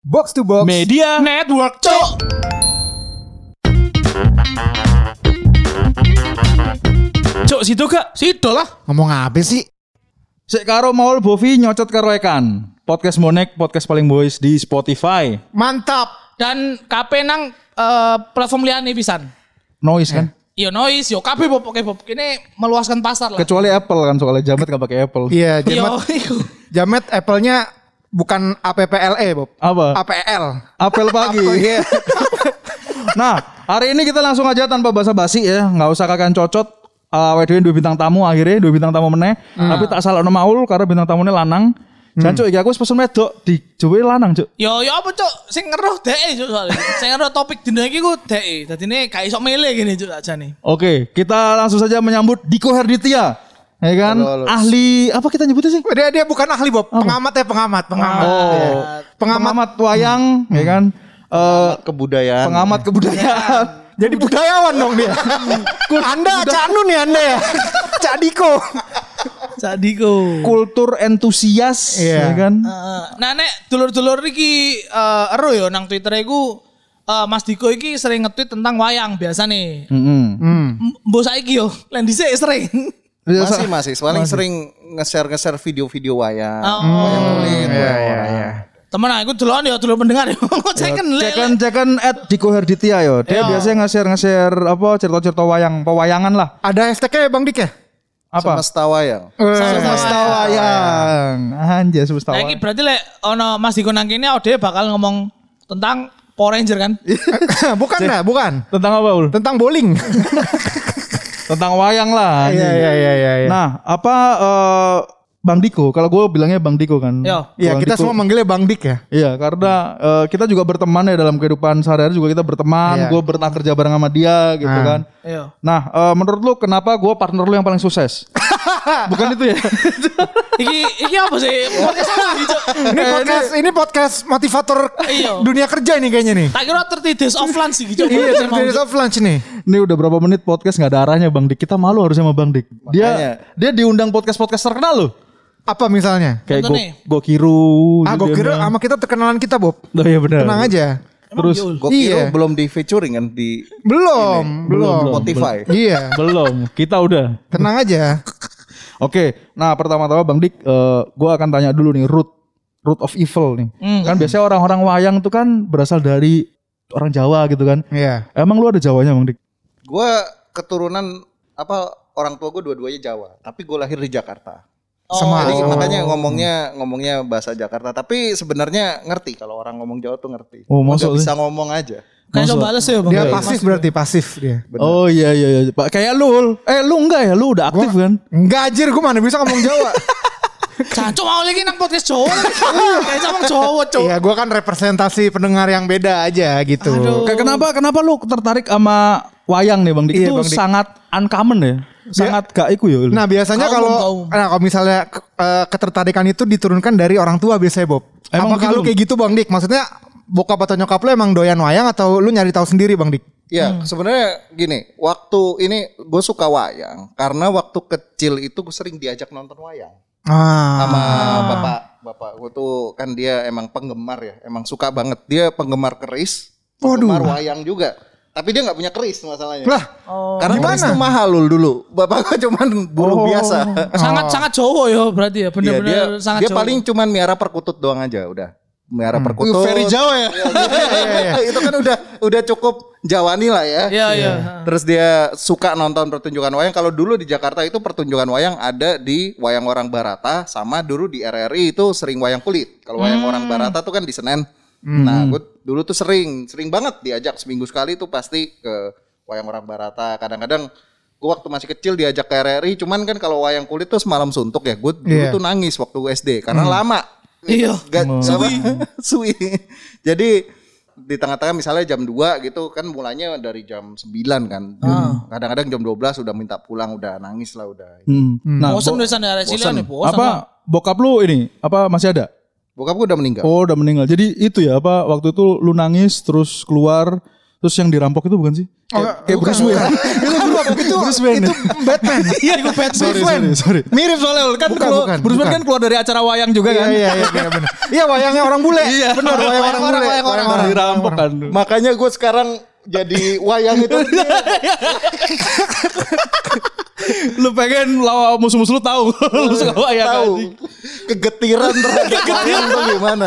Box to Box Media Network, Cok. Cok, situ gak? Situ lah. Ngomong apa sih? Sik karo Maul Bovi nyocot karo Ekan. Podcast Monek, podcast paling boys di Spotify. Mantap. Dan KP nang platform liane pisan. Noise kan? Yo noise, yo KP Bob, ini meluaskan pasar lah. Kecuali Apple kan, soalnya Jamet gak pakai Apple. Iya, Yo, Jamet Apple-nya bukan APPLE, Bob. Apa? APL. Apple pagi. Iya. Nah, hari ini kita langsung aja tanpa basa-basi ya, nggak usah kakan cocot. Wedoin dua bintang tamu akhirnya, dua bintang tamu meneh. Tapi tak salah nama Maul karena bintang tamunya lanang. Jangan cuk, iki aku wis pesen wedok di Jawa lanang cuk. yo apa cok? Sing ngeruh DE cok soalnya. Sing ngeruh topik dina iki ku DE. Dadine gak iso milih gini cok ajane. Oke, kita langsung saja menyambut Diko Herditya. Ya kan? Halo. Ahli apa kita nyebutnya sih? Dia bukan ahli, Bob. Pengamat. Oh, pengamat wayang, ya kan? Kebudayaan. Pengamat kebudayaan. Jadi budayawan dong dia. Anda Cak Nun ya Anda ya. Cak Diko. Sadiko. Kultur entusias, Iya. ya kan? Nah nek dulur-dulur iki ero yo nang Twitter iku Mas Diko iki sering nge-tweet tentang wayang biasa nih. Mbok saiki yo, lan dhisik sering. Masih. Paling sering nge-share video-video wayang. Wayang kulit. Iya. Temen aku duluan ya, dulur pendengar yo. Cekan at Diko Herditya yo. Dia Iya. biasanya nge-share apa cerita-cerita pewayangan lah. Ada hashtagnya Bang Dik ya? Apa? Semesta wayang. Semesta wayang. Anjay, semesta Nah iki wayang. berarti lek ono Mas Diko nang kene dia bakal ngomong tentang Power Ranger kan? bukan. Tentang apa, Ul? Tentang bowling. Tentang wayang lah. anjing. Iya. Nah, apa Bang Diko, kalau gue bilangnya Bang Diko kan. Yo. Iya, Bang kita Diko. semua manggilnya Bang Dik ya. Iya, karena kita juga berteman ya dalam kehidupan sehari-hari juga kita berteman. Iya. Gue pernah kerja bareng sama dia gitu Ah. kan. Iya. Nah, menurut lu kenapa gue partner lu yang paling sukses? Bukan itu ya? Iki apa sih? Podcast apa iki, Cok? Ini podcast motivator Iya. dunia kerja nih kayaknya nih. Tak kira 30 days of lunch iki, Cok. Iya, Days of Lunch nih. Ini udah berapa menit podcast nggak ada arahnya Bang Dik. Kita malu harusnya sama Bang Dik. Makanya. Dia diundang podcast terkenal loh. Apa misalnya? Kayak Contoh nih. Gokiru. Gue kira sama kita terkenalan kita, Bob. Oh iya benar. Tenang aja. Terus Gue kira Iya. belum di featuring kan di Belum. Spotify. Iya. belum. Kita udah. Tenang aja. Oke. Nah pertama-tama Bang Dik, gue akan tanya dulu nih root of evil nih. Kan biasanya orang-orang wayang tuh kan berasal dari orang Jawa gitu kan. Iya. Emang lu ada Jawanya Bang Dik? Gue keturunan orang tua gue dua-duanya Jawa, tapi gue lahir di Jakarta. Sama. Jadi makanya ngomongnya bahasa Jakarta, tapi sebenarnya ngerti kalau orang ngomong Jawa tuh ngerti. Oh, Gua masuk nggak sih. bisa ngomong aja. Kayak coba bales ya, Bang. Dia Iya. pasif berarti pasif dia. Oh iya. Pak kayak lu. Lu enggak ya? Lu udah aktif kan? Enggak anjir, gue mana bisa ngomong Jawa. Cancok mau lagi nang podcast Jawa. Kayak sama Jawa, Cok. Iya, gue kan representasi pendengar yang beda aja gitu. Kayak kenapa lu tertarik sama wayang nih Bang Dik? Iya, Itu Bang Dik. sangat uncommon ya. Sangat gak iku ya. Nah biasanya Kaum. kalau misalnya ketertarikan itu diturunkan dari orang tua biasanya, Bob. Emang Apakah begitu, lu kayak gitu, Bang Dik? Maksudnya bokap atau nyokap lu emang doyan wayang atau lu nyari tahu sendiri, Bang Dik? Ya sebenarnya gini, waktu ini gue suka wayang karena waktu kecil itu gue sering diajak nonton wayang sama bapak gue tuh kan dia emang penggemar ya, emang suka banget, dia penggemar keris, penggemar wayang juga. Tapi dia nggak punya keris masalahnya. Lah, Karena keris tuh mahal dulu. Bapak gue cuman buruh biasa. Sangat Jawa ya berarti ya. Iya, Bener-bener sangat dia Jawa. paling cuman miara perkutut doang aja udah. Miara perkutut. very Jawa ya. Itu kan udah cukup Jawani lah ya. Iya. Terus dia suka nonton pertunjukan wayang. Kalau dulu di Jakarta itu pertunjukan wayang ada di Wayang Orang Barata, sama dulu di RRI itu sering wayang kulit. Kalau wayang Orang Barata tuh kan di Senen. Nah, gue dulu tuh sering banget diajak seminggu sekali tuh pasti ke Wayang Orang Barata. Kadang-kadang gue waktu masih kecil diajak ke RRI, cuman kan kalau wayang kulit tuh semalam suntuk ya. Gue dulu tuh nangis waktu SD karena lama. Iya. Suwi. Jadi di tengah-tengah misalnya jam 2 gitu kan, mulanya dari jam 9 kan. Kadang-kadang jam 12 udah minta pulang, udah nangis lah udah. Nah, Bosan dari sana dari sini nih, bosan. apa bokap lu ini apa masih ada? Bokap gue udah meninggal. Oh, udah meninggal. Jadi itu ya apa waktu itu lu nangis terus keluar terus yang dirampok itu bukan sih? Kayak Bruce Wayne. Itu itu Batman. Iya, itu Batman. Sorry. Mirip soalnya kan Bukan, Bruce Wayne bukan. kan keluar dari acara wayang juga kan. Iya benar. Iya wayangnya orang bule. Iya. Benar wayang orang. Dirampok kan. Makanya gue sekarang jadi wayang itu. Lu pengen lawan musuh-musuh lu tahu. Lu suka wayang Tahu. anjing. Kegetiran terhadap wayang tuh gimana?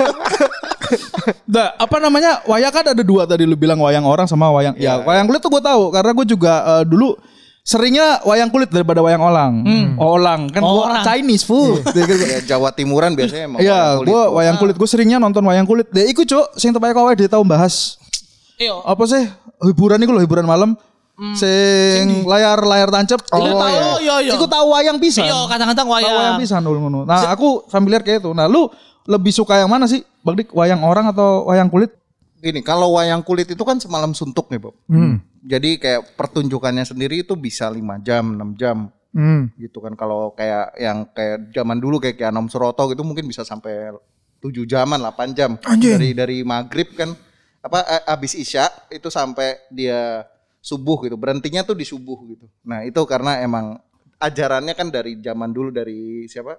Nah, apa namanya? Wayang kan ada dua tadi lu bilang wayang orang sama wayang. Ya, wayang kulit tuh gue tahu karena gue juga dulu seringnya wayang kulit daripada wayang olang. Olang kan gua Orang. Chinese food. Ya, Jawa Timuran biasanya emang Iya, wayang kulit. gue wayang kulit. Gue seringnya nonton wayang kulit. Deh, ikut cok. Sing tepake kowe dia tahu bahas Iya. apa sih hiburan itu loh, hiburan malam. Sing layar tancep. Iya. Iku tahu wayang pisan. Iya, kadang-kadang Tahu wayang wayang. pisan dulu ngono. Nah, aku familiar kayak itu. Nah, lu lebih suka yang mana sih? Bang Dik, wayang orang atau wayang kulit? Gini, kalau wayang kulit itu kan semalam suntuk nih, Bob. Jadi kayak pertunjukannya sendiri itu bisa 5 jam, 6 jam. Gitu kan. Kalau kayak yang kayak zaman dulu kayak Anom Suroto gitu mungkin bisa sampai 7 jaman, 8 jam. Dari maghrib kan abis isya itu sampai dia subuh gitu. Berhentinya tuh di subuh gitu. Nah, itu karena emang ajarannya kan dari zaman dulu dari siapa?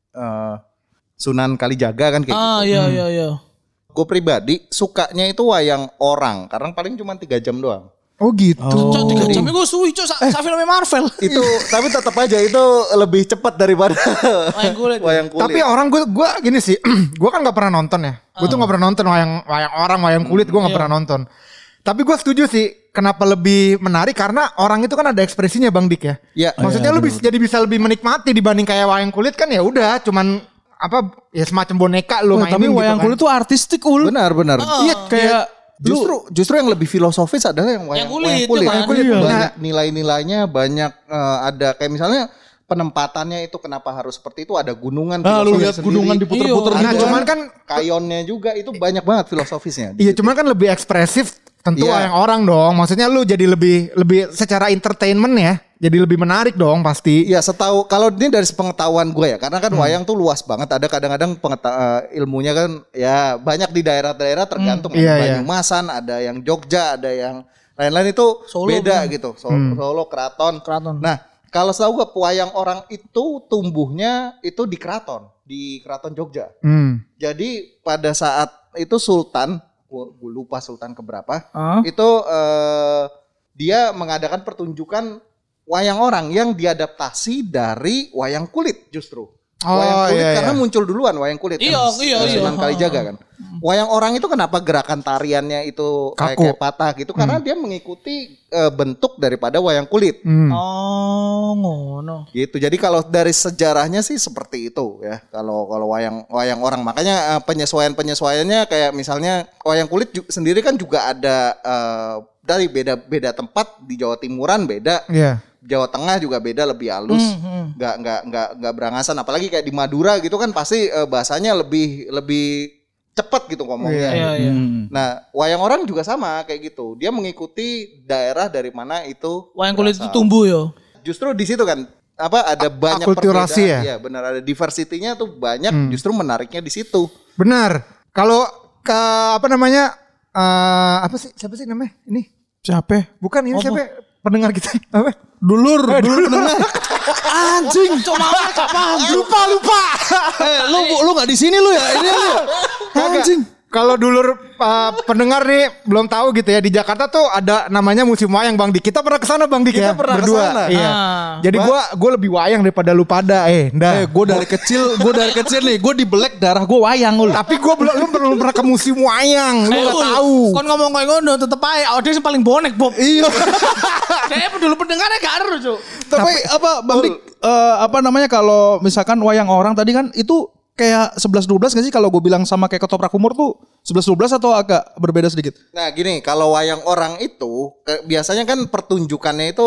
Sunan Kalijaga kan kayak gitu. Iya. Gue pribadi sukanya itu wayang orang karena paling cuma 3 jam doang. Oh gitu. Cok 3 jam gue suwi cok sa filmnya Marvel. Itu tapi tetap aja itu lebih cepat daripada Wayang kulit. wayang kulit. Tapi orang gue gini sih, gue kan nggak pernah nonton ya. Gue tuh nggak pernah nonton wayang orang, wayang kulit gue nggak pernah nonton. Tapi gue setuju sih, kenapa lebih menarik karena orang itu kan ada ekspresinya Bang Dik ya. Iya. Maksudnya lu bisa lebih menikmati dibanding kayak wayang kulit kan ya udah, cuman apa ya semacam boneka lu mainin Tapi gitu wayang kan. kulit tuh artistik ul. Benar. Iya kayak Justru yang lebih filosofis adalah yang wayang kulit, kulit. itu kan. Wayang kulit Iya. banyak nilai-nilainya, banyak ada kayak misalnya penempatannya itu kenapa harus seperti itu, ada gunungan. Nah, lu filosofis lihat sendiri. gunungan diputer-puter Nah, gitu. cuman kan Kayonnya juga itu banyak banget filosofisnya. iya cuman kan lebih ekspresif tentu Iya. wayang orang dong. Maksudnya lu jadi lebih secara entertainment ya. Jadi lebih menarik dong pasti. Iya, setahu kalau ini dari sepengetahuan gue ya, karena kan wayang tuh luas banget. Ada kadang-kadang ilmunya kan ya banyak di daerah-daerah tergantung. Iya, Ada iya. Banyumasan, ada yang Jogja, ada yang lain-lain itu Solo beda gitu. Solo, Keraton. Nah, kalau setahu gue wayang orang itu tumbuhnya itu di Keraton Jogja. Jadi pada saat itu Sultan, gue lupa Sultan keberapa, itu dia mengadakan pertunjukan wayang orang yang diadaptasi dari wayang kulit justru. Wayang kulit karena muncul duluan wayang kulit Iya. Sunan Kalijaga kan. Wayang orang itu kenapa gerakan tariannya itu kayak patah gitu karena dia mengikuti bentuk daripada wayang kulit. Oh, ngono. Gitu. Jadi kalau dari sejarahnya sih seperti itu ya. Kalau wayang orang makanya penyesuaiannya kayak misalnya wayang kulit sendiri kan juga ada dari beda tempat di Jawa Timuran beda. Iya. Jawa Tengah juga beda, lebih halus, nggak berangasan. Apalagi kayak di Madura gitu kan pasti bahasanya lebih cepat gitu ngomongnya. Iya. Nah, wayang orang juga sama kayak gitu. Dia mengikuti daerah dari mana itu Wayang kulit itu berasal. tumbuh yo. Justru di situ kan ada banyak akulturasi perbedaan. ya? Iya, benar ada diversity-nya tuh banyak. Justru menariknya di situ. Benar. Kalau ke apa namanya? Apa sih? Siapa sih namanya? Ini. Siapa? Bukan ini siapa? Pendengar kita. Apa? Dulur pendengar. Anjing. Cuma gak paham. Lupa. Lu enggak di sini lu ya? Ini lu. Anjing. Kalau dulur pendengar nih belum tahu gitu ya, di Jakarta tuh ada namanya musim wayang Bang Dik. Kita pernah kesana Bang Dik Kita ya pernah berdua. kesana. Iya. Jadi gue lebih wayang daripada lu pada. Gue dari kecil nih, gue di belek darah gue wayang ul. Tapi gue belum pernah ke musim wayang. Lu nggak tahu. Kon ngomong kayak ngono tetep ae audio sing paling bonek, Bob. Iya. Kayaknya dulu pendengarnya gak ada, Cuk. Tapi apa Bang Dik, apa namanya kalau misalkan wayang orang tadi kan itu kayak 11-12 gak sih kalau gue bilang sama kayak ketoprak umur tuh 11-12 atau agak berbeda sedikit? Nah, gini, kalau wayang orang itu biasanya kan pertunjukannya itu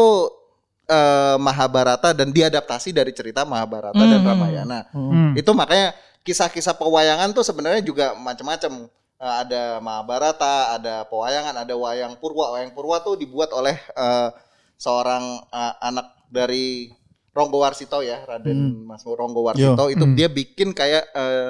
Mahabharata dan diadaptasi dari cerita Mahabharata dan Ramayana. Itu makanya kisah-kisah pewayangan tuh sebenarnya juga macam-macam. Ada Mahabharata, ada pewayangan, ada wayang Purwa. Wayang Purwa tuh dibuat oleh seorang anak dari Ronggo Warsito ya, Raden Mas Ronggo Warsito. Itu dia bikin kayak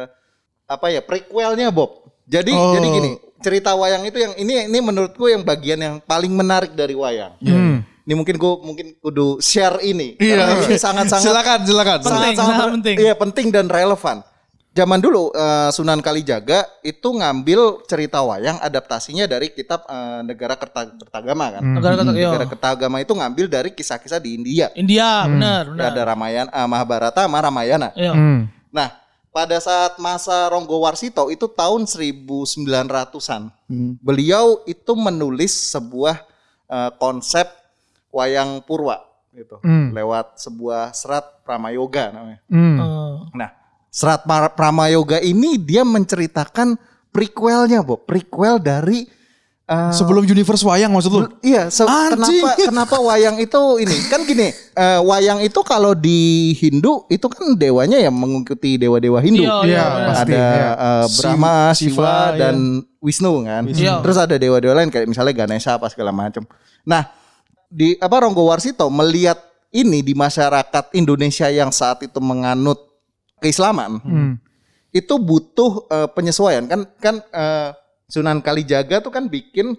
prequelnya Bob. Jadi gini, cerita wayang itu yang ini menurutku yang bagian yang paling menarik dari wayang. Ini mungkin kudu share ini. Iya. Karena ini sangat-sangat Silakan. Sangat penting. Iya, penting dan relevan. Zaman dulu Sunan Kalijaga itu ngambil cerita wayang adaptasinya dari kitab Negara Kertagama kan. Negara Kertagama itu ngambil dari kisah-kisah di India. Benar. Ada Ramayana, Mahabharata sama Ramayana. Iya. Nah, pada saat masa Ronggo Warsito itu tahun 1900-an. Beliau itu menulis sebuah konsep wayang purwa gitu. Lewat sebuah serat Pramayoga namanya. Nah, serat Pramayoga ini dia menceritakan prequelnya, Bob. Prequel dari Sebelum universe wayang maksud lu? Iya, kenapa wayang itu ini? Kan gini, wayang itu kalau di Hindu itu kan dewanya ya mengikuti dewa-dewa Hindu. Iya, pasti. Ada Brahma, Shiva, Shiva dan Wisnu kan. Terus ada dewa-dewa lain kayak misalnya Ganesha apa segala macam. Nah, di Ronggo Warsito melihat ini di masyarakat Indonesia yang saat itu menganut keislaman. Itu butuh penyesuaian kan Sunan Kalijaga tuh kan bikin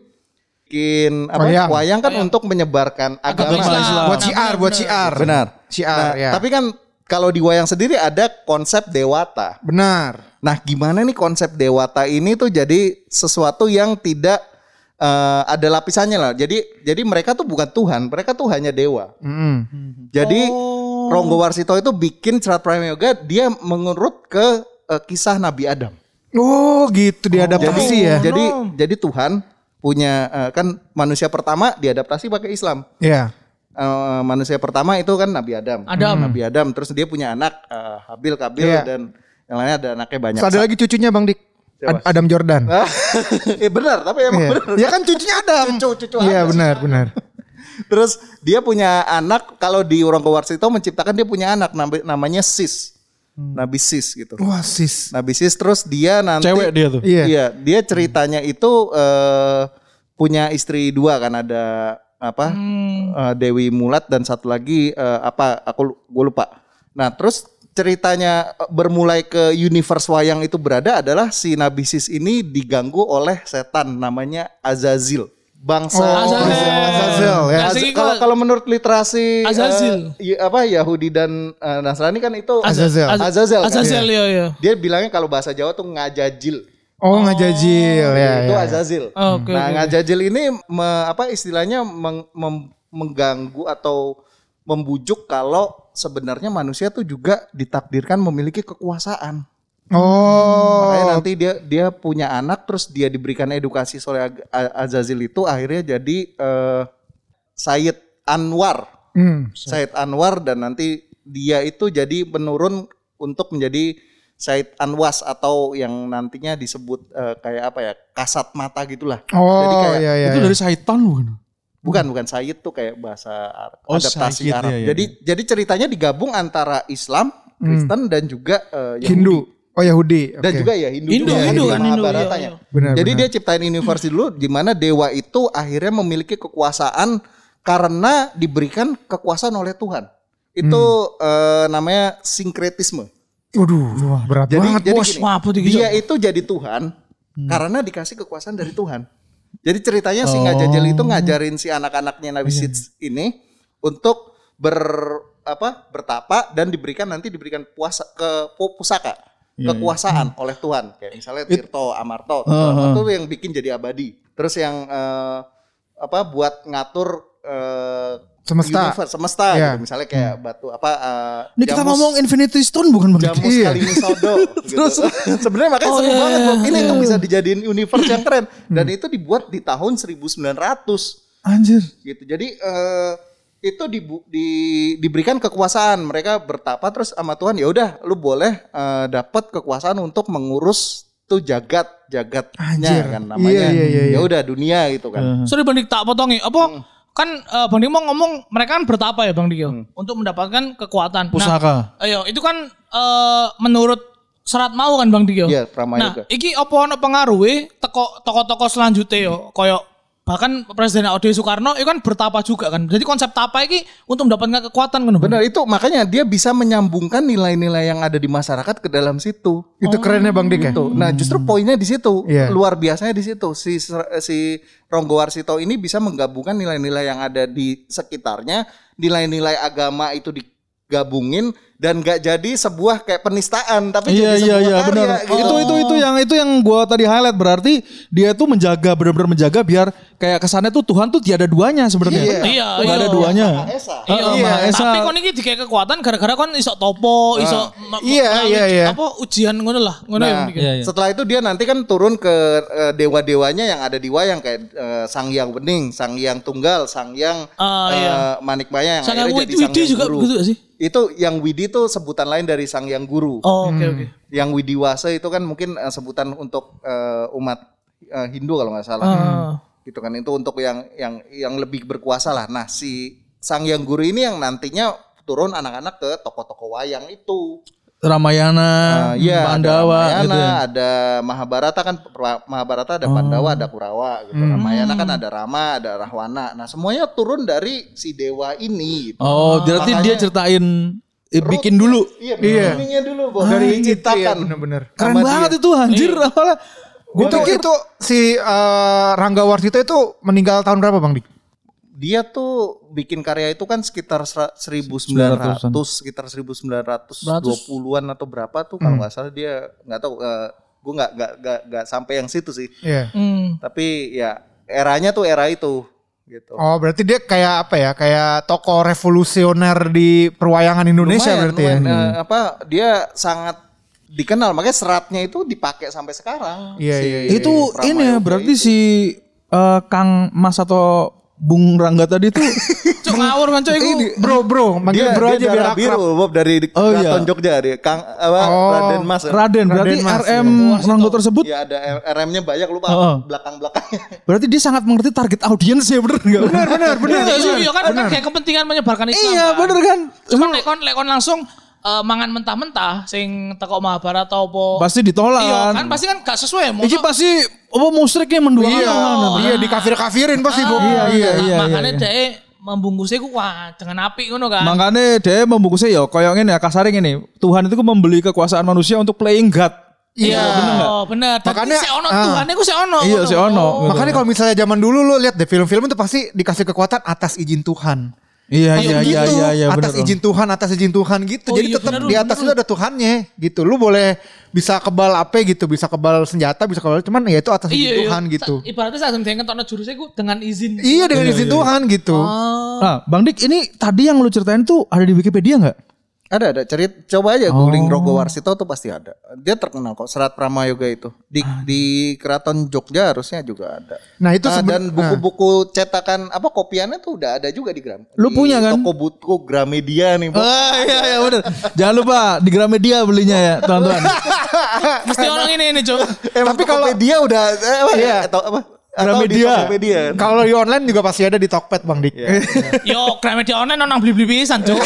wayang kan untuk menyebarkan agama Islam. Buat syiar. Benar. Syiar, ya. Tapi kan kalau di wayang sendiri ada konsep dewata. Benar. Nah, gimana nih konsep dewata ini tuh jadi sesuatu yang tidak ada lapisannya lah. Jadi mereka tuh bukan Tuhan, mereka tuh hanya dewa. Jadi Ronggo Warsito itu bikin Serat Pramayoga dia mengurut ke kisah Nabi Adam. Oh, gitu diadaptasi ya. Jadi Tuhan punya kan manusia pertama diadaptasi pakai Islam. Iya. Manusia pertama itu kan Nabi Adam. Nabi Adam terus dia punya anak Habil, Kabil dan yang lainnya ada anaknya banyak. Terus ada lagi cucunya Bang Dik. Adam Jordan. Benar, tapi emang benar. Ya kan cucunya Adam. Cucu Iya, benar. Terus dia punya anak, kalau di Ronggo Warsito menciptakan dia punya anak namanya Sis. Nabi Sis gitu. Wah, Sis. Nabi Sis terus dia nanti Cewek dia tuh. Iya, dia ceritanya itu punya istri dua kan, ada Dewi Mulat dan satu lagi gue lupa. Nah, terus ceritanya bermulai ke universe wayang itu berada adalah si Nabi Sis ini diganggu oleh setan namanya Azazil. Bangsa Azazel ya. Kalau menurut literasi Yahudi dan Nasrani kan itu Azazel ya. Dia bilangnya kalau bahasa Jawa tuh ngajajil. Oh, ngajajil ya. Itu Azazil. Ngajajil ini istilahnya mengganggu atau membujuk kalau sebenarnya manusia tuh juga ditakdirkan memiliki kekuasaan. Makanya nanti dia punya anak terus dia diberikan edukasi oleh Azazil itu akhirnya jadi Sayyid Anwar. Sayyid Anwar dan nanti dia itu jadi menurun untuk menjadi Sayyid Anwas atau yang nantinya disebut kasat mata gitulah. Jadi kayak itu dari syaitan bukan? Bukan Sayyid tuh kayak bahasa Sayyid, adaptasi Arab. iya. Jadi ceritanya digabung antara Islam, Kristen dan juga Hindu. Oh, Yahudi. Dan juga ya Hindu kan Mahabharatanya. Jadi dia ciptain universe dulu di mana dewa itu akhirnya memiliki kekuasaan karena diberikan kekuasaan oleh Tuhan. Itu namanya sinkretisme. Waduh, berat banget bos. Dia itu jadi Tuhan karena dikasih kekuasaan dari Tuhan. Jadi ceritanya si Ngajajil itu ngajarin si anak-anaknya Nabi Sis ini untuk bertapa dan diberikan pusaka. Kekuasaan oleh Tuhan kayak misalnya Tirto, Amarto itu yang bikin jadi abadi. Terus yang buat ngatur semesta gitu. Misalnya kayak batu ini kita ngomong Infinity Stone bukan Bang? Jamus Kalimisaudo gitu. Sebenarnya makanya seru banget Bob. Ini tuh bisa dijadiin universe yang keren dan itu dibuat di tahun 1900. Anjir. Gitu. Jadi itu diberikan kekuasaan, mereka bertapa terus sama Tuhan, ya udah lu boleh dapat kekuasaan untuk mengurus tuh jagatnya kan namanya. Ya udah dunia gitu kan. Sorry Bang Dik tak potongi. Kan Bang Dik mau ngomong mereka kan bertapa ya Bang Dik untuk mendapatkan kekuatan. Pusaka. Nah, itu kan menurut serat mau kan Bang Dik. Iya, Pramayoga. Nah, iki apa ono pengaruhe tokoh-tokoh selanjutnya yo koyo bahkan Presiden Ode Soekarno itu kan bertapa juga kan. Jadi konsep tapa ini untuk mendapatkan kekuatan kan. Benar, itu makanya dia bisa menyambungkan nilai-nilai yang ada di masyarakat ke dalam situ. Itu kerennya Bang Dik ya. Gitu. Nah, justru poinnya di situ. Iya. Luar biasanya di situ. Si Ronggo Warsito ini bisa menggabungkan nilai-nilai yang ada di sekitarnya, nilai-nilai agama itu digabungin dan gak jadi sebuah kayak penistaan, tapi jadi sebuah karya. Benar. Gitu. Itu yang gua tadi highlight, berarti dia tuh benar-benar menjaga biar kayak kesannya tuh Tuhan tuh tiada duanya sebenarnya. Iya. Nggak ada duanya. Maha Esa. Maha Esa. Tapi kon iki dikek kekuatan gara-gara kon iso topo, iso Iya. apa ujian ngono lah, ngono ya. Nah, Iya. setelah itu dia nanti kan turun ke dewa-dewanya yang ada di wayang kayak Sang Hyang Bening, Sang Hyang Tunggal, Sang Hyang Manikmaya yang Sangat akhirnya jadi Sang Widi Hyang juga Guru. begitu gak sih? Itu yang Widi tuh sebutan lain dari Sang Hyang Guru. Oh, oke. Yang Widiwasa itu kan mungkin sebutan untuk umat Hindu kalau nggak salah. Gitu kan, itu untuk yang lebih berkuasa lah. Nah, si Sang Hyang Guru ini yang nantinya turun anak-anak ke tokoh-tokoh wayang itu. Ramayana, Pandawa ada Ramayana, gitu ya. ada Mahabharata kan, Mahabharata ada Pandawa, ada Kurawa gitu. Ramayana kan ada Rama, ada Rahwana. Nah, semuanya turun dari si dewa ini gitu. Oh, berarti dia ceritain bikin dulu. Iya, beginningnya dulu, Bo. Dari diciptakan. itu ya, bener-bener. Keren Sama banget dia. itu anjir. Awalnya gue Itu si Rangga Warsito itu meninggal tahun berapa Bang Dik? Dia tuh bikin karya itu kan sekitar 1900, sekitar 1920-an atau berapa tuh kalau nggak salah, dia nggak tahu, gue nggak sampai yang situ sih. Iya. Tapi ya eranya tuh era itu gitu. Oh, berarti dia kayak apa ya? Kayak tokoh revolusioner di perwayangan Indonesia berarti ya. Dia sangat dikenal, makanya seratnya itu dipakai sampai sekarang. Iya. itu ini ya, Pramayoga berarti itu. si Kang Mas atau Bung Rangga tadi tuh Cuk ngawur kan cuk iku. Bro, manggil dia, bro dia aja biar darah akrab. biru, Bob, dari Keraton Jogja, dia Raden Mas. Raden, berarti Raden Mas, RM Rangga tersebut Ya ada RM-nya banyak, lupa belakang-belakangnya. berarti dia sangat mengerti target audiens ya, bener enggak? Bener. Iya kan kayak kepentingan menyebarkan Islam. Iya, kan. bener kan? Cuman lek kon langsung mangan mentah-mentah sing teko Mahabharata apa. Pasti ditolak. Iya kan pasti kan gak sesuai. Iki pasti apa musyriknya menduakan. Iya, dikafir-kafirin pasti Bob. Iya. Makanya dia membungkusnya ku wah dengan api ngono kan. Makanya dia membungkusnya ya kayak ngene ya, kasarnya ngene. Tuhan itu membeli kekuasaan manusia untuk playing God. Iya, bener. Makanya, Makanya si ono Tuhannya ku si ono. Iya, ngono. si ono. Makanya kalau misalnya zaman dulu lu lihat deh film-film itu pasti dikasih kekuatan atas izin Tuhan. Iya, Atas izin Tuhan gitu. Oh, Jadi iya, tetap bener, di atas itu ada Tuhannya gitu. Lu boleh bisa kebal apa gitu, bisa kebal senjata, bisa kebal, cuman ya itu atas izin Tuhan gitu. Ibaratnya saat saya ngetokno jurusnya ku dengan izin. Iya, dengan izin Tuhan gitu. Nah, Bang Dik, ini tadi yang lu ceritain tuh ada di Wikipedia nggak? Ada cerita, coba aja googling Rangga Warsito tuh pasti ada. Dia terkenal kok, Serat Pramayoga itu. Di Keraton Jogja harusnya juga ada. Nah, itu dan buku-buku cetakan kopiannya tuh udah ada juga di Lu punya kan? Toko buku Gramedia nih, Bob. Iya bener. Jangan lupa di Gramedia belinya ya, teman-teman. Mesti orang ini Cuk. Tapi kalau dia udah Gramedia. Gramedia. kalau di online juga pasti ada di Tokped Bang Dik. Yo, Gramedia online orang beli-beli pisan, Cuk.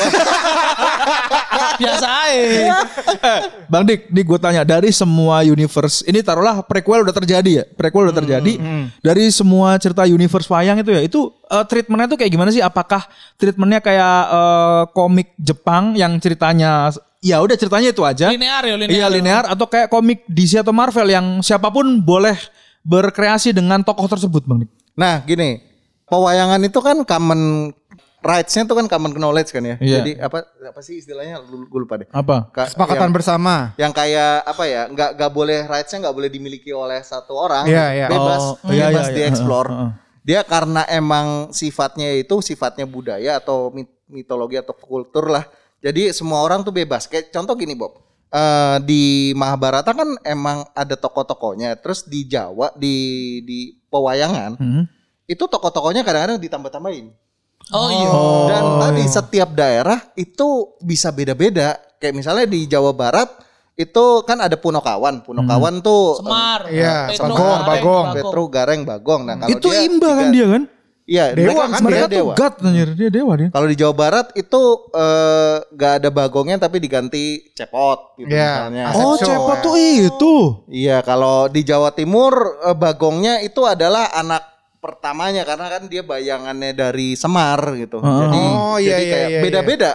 Biasa aja. Bang Dik, nih gue tanya, dari semua universe, ini taruhlah prequel udah terjadi ya, dari semua cerita universe wayang itu ya, itu treatmentnya tuh kayak gimana sih? Apakah treatmentnya kayak komik Jepang yang ceritanya ya udah ceritanya itu aja? Linear. Iya linear, atau kayak komik DC atau Marvel yang siapapun boleh berkreasi dengan tokoh tersebut, Bang Dik? Nah, gini, pewayangan itu kan common rights-nya tuh kan common knowledge kan ya. Iya. Jadi apa sih istilahnya? Gue lupa deh. Apa? Kesepakatan bersama. Yang kayak apa ya? Nggak boleh rights-nya nggak boleh dimiliki oleh satu orang. Iya. Bebas iya. dieksplor. Dia karena emang sifatnya budaya atau mitologi atau kultur lah. Jadi semua orang tuh bebas. Kayak contoh gini, Bob. Di Mahabharata kan emang ada tokoh-tokohnya. Terus di Jawa di pewayangan itu tokoh-tokohnya kadang-kadang ditambah-tambahin. Oh iya. Dan tadi setiap daerah itu bisa beda-beda. Kayak misalnya di Jawa Barat itu kan ada Punokawan. Punokawan tuh Semar. Iya, Petro, Bagong. Petro, Gareng, Bagong. Nah, kalau Itu imba kan dia kan? Iya, Dewa kan, Mereka dia tuh dewa. God anjir, dia dewa dia. Kalau di Jawa Barat itu gak ada bagongnya tapi diganti cepot gitu Iya. misalnya. Asep Oh, show, cepot ya. tuh itu. Iya, kalau di Jawa Timur bagongnya itu adalah anak pertamanya karena kan dia bayangannya dari Semar gitu. Oh, iya, Jadi kayak iya. beda-beda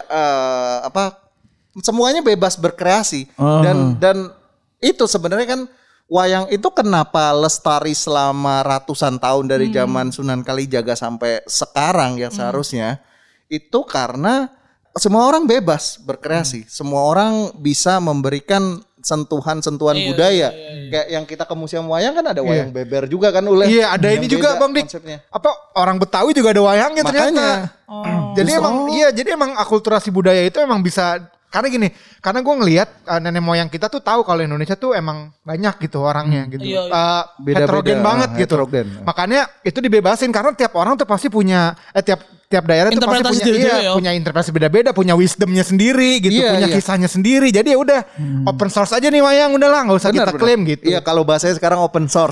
semuanya bebas berkreasi dan itu sebenarnya kan wayang itu kenapa lestari selama ratusan tahun dari zaman Sunan Kalijaga sampai sekarang yang seharusnya itu karena semua orang bebas berkreasi. Semua orang bisa memberikan sentuhan-sentuhan budaya. Kayak yang kita ke museum wayang kan ada wayang beber juga kan Iya, ada ini juga Bang Dik. Konsepnya. Apa orang Betawi juga ada wayangnya Makanya. ternyata. Jadi emang akulturasi budaya itu emang bisa karena gini, karena gue ngelihat nenek moyang kita tuh tahu kalau Indonesia tuh emang banyak gitu orangnya gitu. Beda-beda, Heterogen banget gitu. heterogen. Makanya itu dibebasin karena tiap orang tuh pasti punya tiap daerah tuh pasti Interpretasi punya sendiri-sendiri, ya. punya interpretasi beda-beda, punya wisdomnya sendiri gitu, Iya, punya iya. kisahnya sendiri. Jadi ya udah open source aja nih wayang, udahlah nggak usah kita klaim gitu. Iya, kalau bahasanya sekarang open source.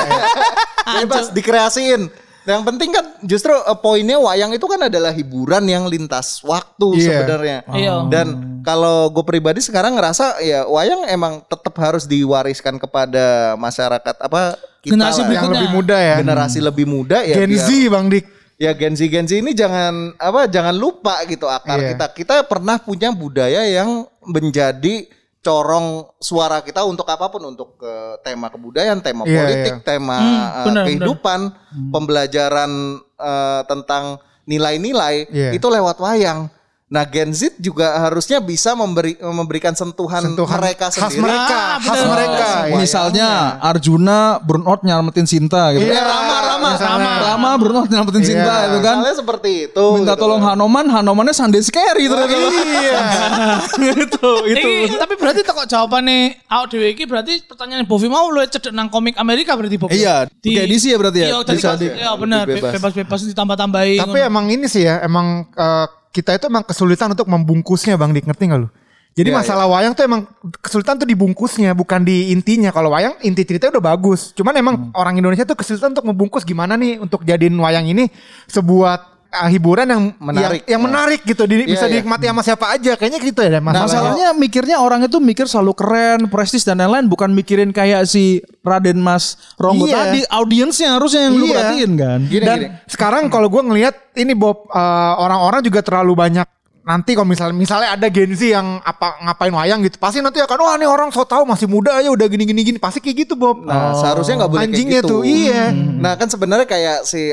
Bebas dikreasiin. Yang penting kan justru poinnya wayang itu kan adalah hiburan yang lintas waktu sebenarnya. Iya. Dan kalau gue pribadi sekarang ngerasa ya wayang emang tetap harus diwariskan kepada masyarakat kita Generasi lah. berikutnya. Yang lebih muda ya. Generasi lebih muda ya. Gen Z Bang Dik. Ya Gen Z ini jangan lupa gitu akar Iya. kita. Kita pernah punya budaya yang menjadi corong suara kita untuk apapun, untuk tema kebudayaan, tema Iya, politik, iya. tema benar, kehidupan, pembelajaran tentang nilai-nilai Iya. itu lewat wayang. Nah Gen Z juga harusnya bisa memberikan sentuhan mereka khas sendiri. mereka, khas bener. mereka. Iya. Misalnya Arjuna burnout nyelamatin Sinta gitu. Iya, Rama burnout nyelamatin Sinta itu kan. Misalnya seperti itu. Minta gitu. tolong Hanomannya Sunday Scary ternyata. Iya. itu. Iki, tapi berarti kok jawabannya awak dhewe iki berarti pertanyaan Bovi mau lu cedek nang komik Amerika berarti Bovi. Iya, kayak DC ya berarti ya? Iya, tadi Bisa iya benar, lebih bebas. bebas-bebas ditambah-tambahin. Tapi emang ini sih ya, emang kita itu emang kesulitan untuk membungkusnya Bang Dik, ngerti gak lu? Jadi masalah wayang tuh emang kesulitan tuh dibungkusnya, bukan di intinya. Kalau wayang inti ceritanya udah bagus. Cuman emang orang Indonesia tuh kesulitan untuk membungkus gimana nih untuk jadiin wayang ini sebuah hiburan yang Menarik. yang menarik gitu, bisa iya. dinikmati sama siapa aja. Kayaknya gitu ya masalahnya. Masalahnya mikirnya orang itu mikir selalu keren, prestis dan lain-lain, bukan mikirin kayak si Raden Mas Ronggo Iya. tadi. Audiensnya harusnya yang lu Iya. perhatiin kan. Dan sekarang kalau gue ngelihat ini Bob, orang-orang juga terlalu banyak. Nanti kalau misalnya ada Gen Z yang ngapain wayang gitu, pasti nanti akan wah nih orang so tau masih muda aja udah gini pasti kayak gitu Bob. Nah, seharusnya nggak boleh Anjingnya kayak gitu. tuh, iya. Nah, kan sebenarnya kayak si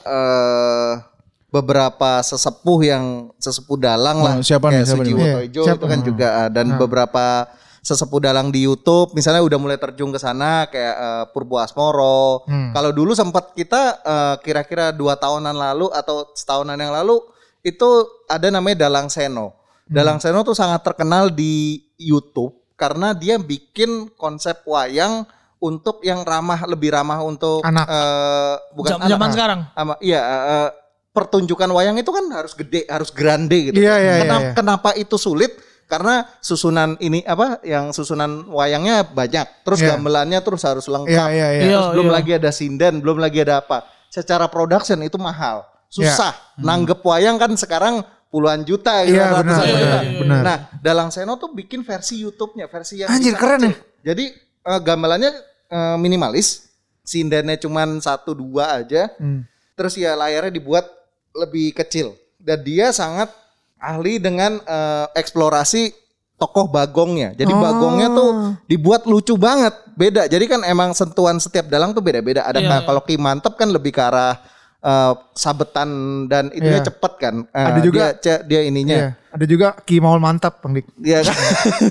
beberapa sesepuh dalang lah. Siapa nih, Kayak siapa Suji nih? Wotoijo Siapa? itu kan juga dan beberapa sesepuh dalang di YouTube misalnya udah mulai terjun ke sana kayak Purbo Asmoro. Kalau dulu sempat kita kira-kira 2 tahunan lalu atau setahunan yang lalu itu ada namanya Dalang Seno. Dalang Seno tuh sangat terkenal di YouTube karena dia bikin konsep wayang untuk yang lebih ramah untuk Anak. bukan zaman anak. sekarang. Pertunjukan wayang itu kan harus gede, harus grande gitu. Iya, iya, iya. Kenapa itu sulit? Karena susunan ini yang susunan wayangnya banyak. Terus Iya. gamelannya terus harus lengkap. Iya, iya, iya. Terus belum Iya. lagi ada sinden, belum lagi ada apa. Secara production itu mahal. Susah. Nanggep wayang kan sekarang puluhan juta gitu. Iya, ratusan benar, juta. benar. Nah, Dalang Seno tuh bikin versi YouTube-nya, versi yang Anjir, bisa keren kecil. ya? Jadi gamelannya minimalis, sindennya cuman 1-2 aja. Terus ya layarnya dibuat lebih kecil. Dan dia sangat ahli dengan eksplorasi tokoh bagongnya. Jadi bagongnya tuh dibuat lucu banget, beda. Jadi kan emang sentuhan setiap dalang tuh beda-beda. Ada kalau Ki Mantep kan lebih ke arah sabetan dan itunya Iya. cepet kan. Ada juga dia ininya. Iya. Ada juga Ki Maul mantap Bang Dik. Iya kan.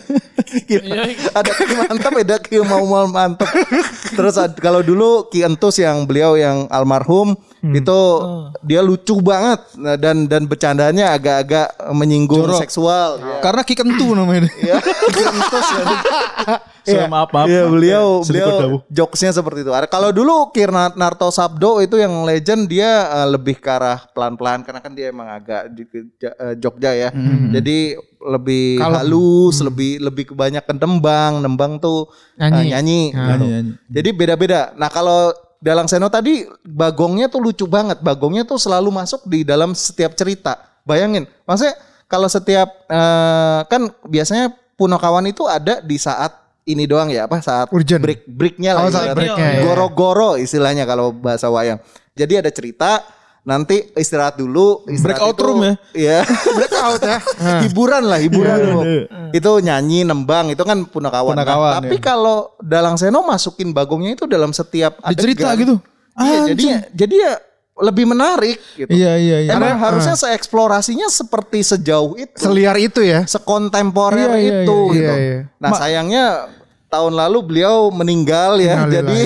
Ada Ki Mantap, ada Ki Mau Mantap. Terus kalau dulu Ki Entus yang beliau yang almarhum itu dia lucu banget dan bercandanya agak-agak menyinggung seksual. Ya. Karena Ki Kentu namanya. Ya, Ki Entus ya. Maaf. Iya, beliau Sedikit dawuh. jokesnya seperti itu. Kalau dulu Narto Sabdo itu yang legend dia lebih ke arah pelan-pelan karena kan dia emang agak di Jogja ya. Jadi lebih halus, lebih kebanyakan nembang tuh nyanyi. Gitu. Jadi beda-beda. Nah, kalau Dalang Seno tadi bagongnya tuh lucu banget. Bagongnya tuh selalu masuk di dalam setiap cerita. Bayangin, maksudnya kalau setiap kan biasanya Punokawan itu ada di saat ini doang ya, saat Urgent. breaknya lah. Saat ibaratnya. breaknya, ya. Goro-goro istilahnya kalau bahasa wayang. Jadi ada cerita, nanti istirahat dulu. Breakout room ya? Iya. Breakout ya. Hiburan loh. Itu nyanyi, nembang, itu kan punakawan. Punakawan, Tapi kalau Dalang Seno masukin bagongnya itu dalam setiap adegan. Dicerita gitu. Iya, jadi ya lebih menarik gitu. Iya. Emang harusnya seeksplorasinya seperti sejauh itu. Seliar itu ya. Sekontemporer Iya, itu iya, gitu. iya. Nah sayangnya tahun lalu beliau meninggal ya. Jadi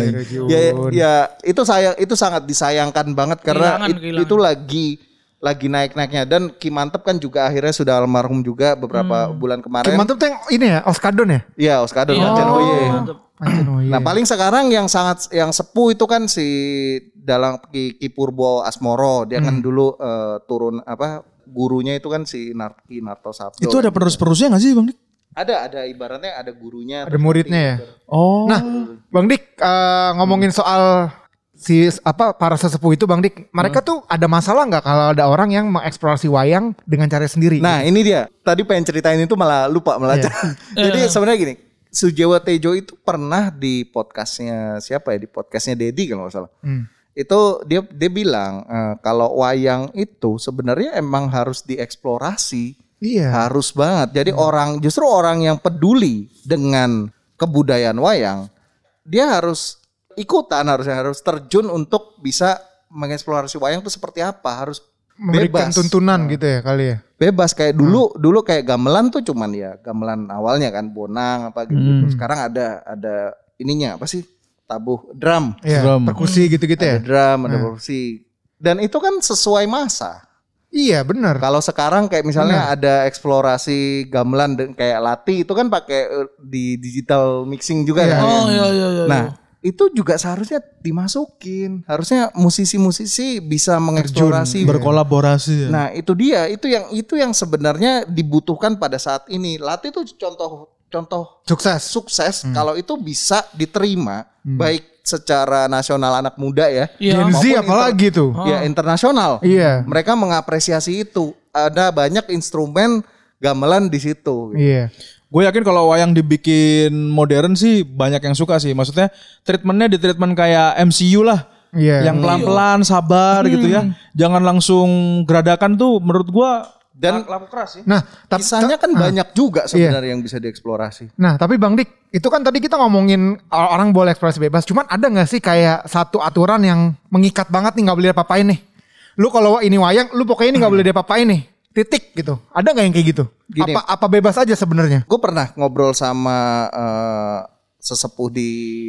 ya itu sangat disayangkan banget karena Kehilangan. itu lagi naik-naiknya dan Ki Mantep kan juga akhirnya sudah almarhum juga beberapa bulan kemarin. Kim Mantep tuh yang ini ya, Oskadon ya? Iya, Oskadon Mancen Oye. Mantep. Nah, paling sekarang yang sepuh itu kan si Dalang Ki Purbo Asmoro. Dia kan dulu turun gurunya itu kan si Ki Narto Sabdo. Itu ada penerus-penerusnya gak sih Bang Dik? Ada ibaratnya ada gurunya. Ada muridnya ya. Oh. Nah, Bang Dik ngomongin soal para sesepuh itu Bang Dik, mereka tuh ada masalah nggak kalau ada orang yang mengeksplorasi wayang dengan cara sendiri? Nah, ini dia. Tadi pengen ceritain itu malah lupa Jadi sebenarnya gini, Sujewo Tejo itu pernah di podcastnya siapa ya? Di podcastnya Dedi kalau nggak salah. Itu dia bilang kalau wayang itu sebenarnya emang harus dieksplorasi. Iya. Harus banget. Jadi justru orang yang peduli dengan kebudayaan wayang, dia harus ikutan, harus terjun untuk bisa mengeksplorasi wayang itu seperti apa, harus Memberikan bebas. tuntunan gitu ya kali ya. Bebas kayak dulu kayak gamelan tuh cuman ya gamelan awalnya kan bonang apa gitu. Sekarang ada ininya apa sih? Tabuh drum. Iya, Drum. perkusi gitu-gitu ya. Ada drum, ada perkusi. Dan itu kan sesuai masa. Iya, benar. Kalau sekarang kayak misalnya ada eksplorasi gamelan kayak Lati itu kan pakai di digital mixing juga Iya. kan. Oh iya. Nah, itu juga seharusnya dimasukin. Harusnya musisi-musisi bisa mengeksplorasi, Berkolaborasi ya. Nah, itu dia, itu yang sebenarnya dibutuhkan pada saat ini. Lati itu contoh sukses kalau itu bisa diterima baik secara nasional anak muda ya. Iya. Gen Z apalagi tuh. Ya internasional. Iya. Mereka mengapresiasi itu. Ada banyak instrumen gamelan di situ. Iya. Gue yakin kalau wayang dibikin modern sih banyak yang suka sih. Maksudnya treatmentnya di treatment kayak MCU lah. Iya. Yang pelan-pelan sabar gitu ya. Jangan langsung geradakan tuh menurut gue Dan laku keras sih. Nah, kisahnya kan banyak juga sebenarnya yang bisa dieksplorasi. Nah, tapi Bang Dik, itu kan tadi kita ngomongin orang boleh ekspresi bebas. Cuman ada nggak sih kayak satu aturan yang mengikat banget nih, nggak boleh apa-apain nih? Lu kalau ini wayang, lu pokoknya ini nggak boleh apa-apain nih. Titik gitu. Ada nggak yang kayak gitu? Gini. Apa bebas aja sebenarnya? Gue pernah ngobrol sama sesepuh di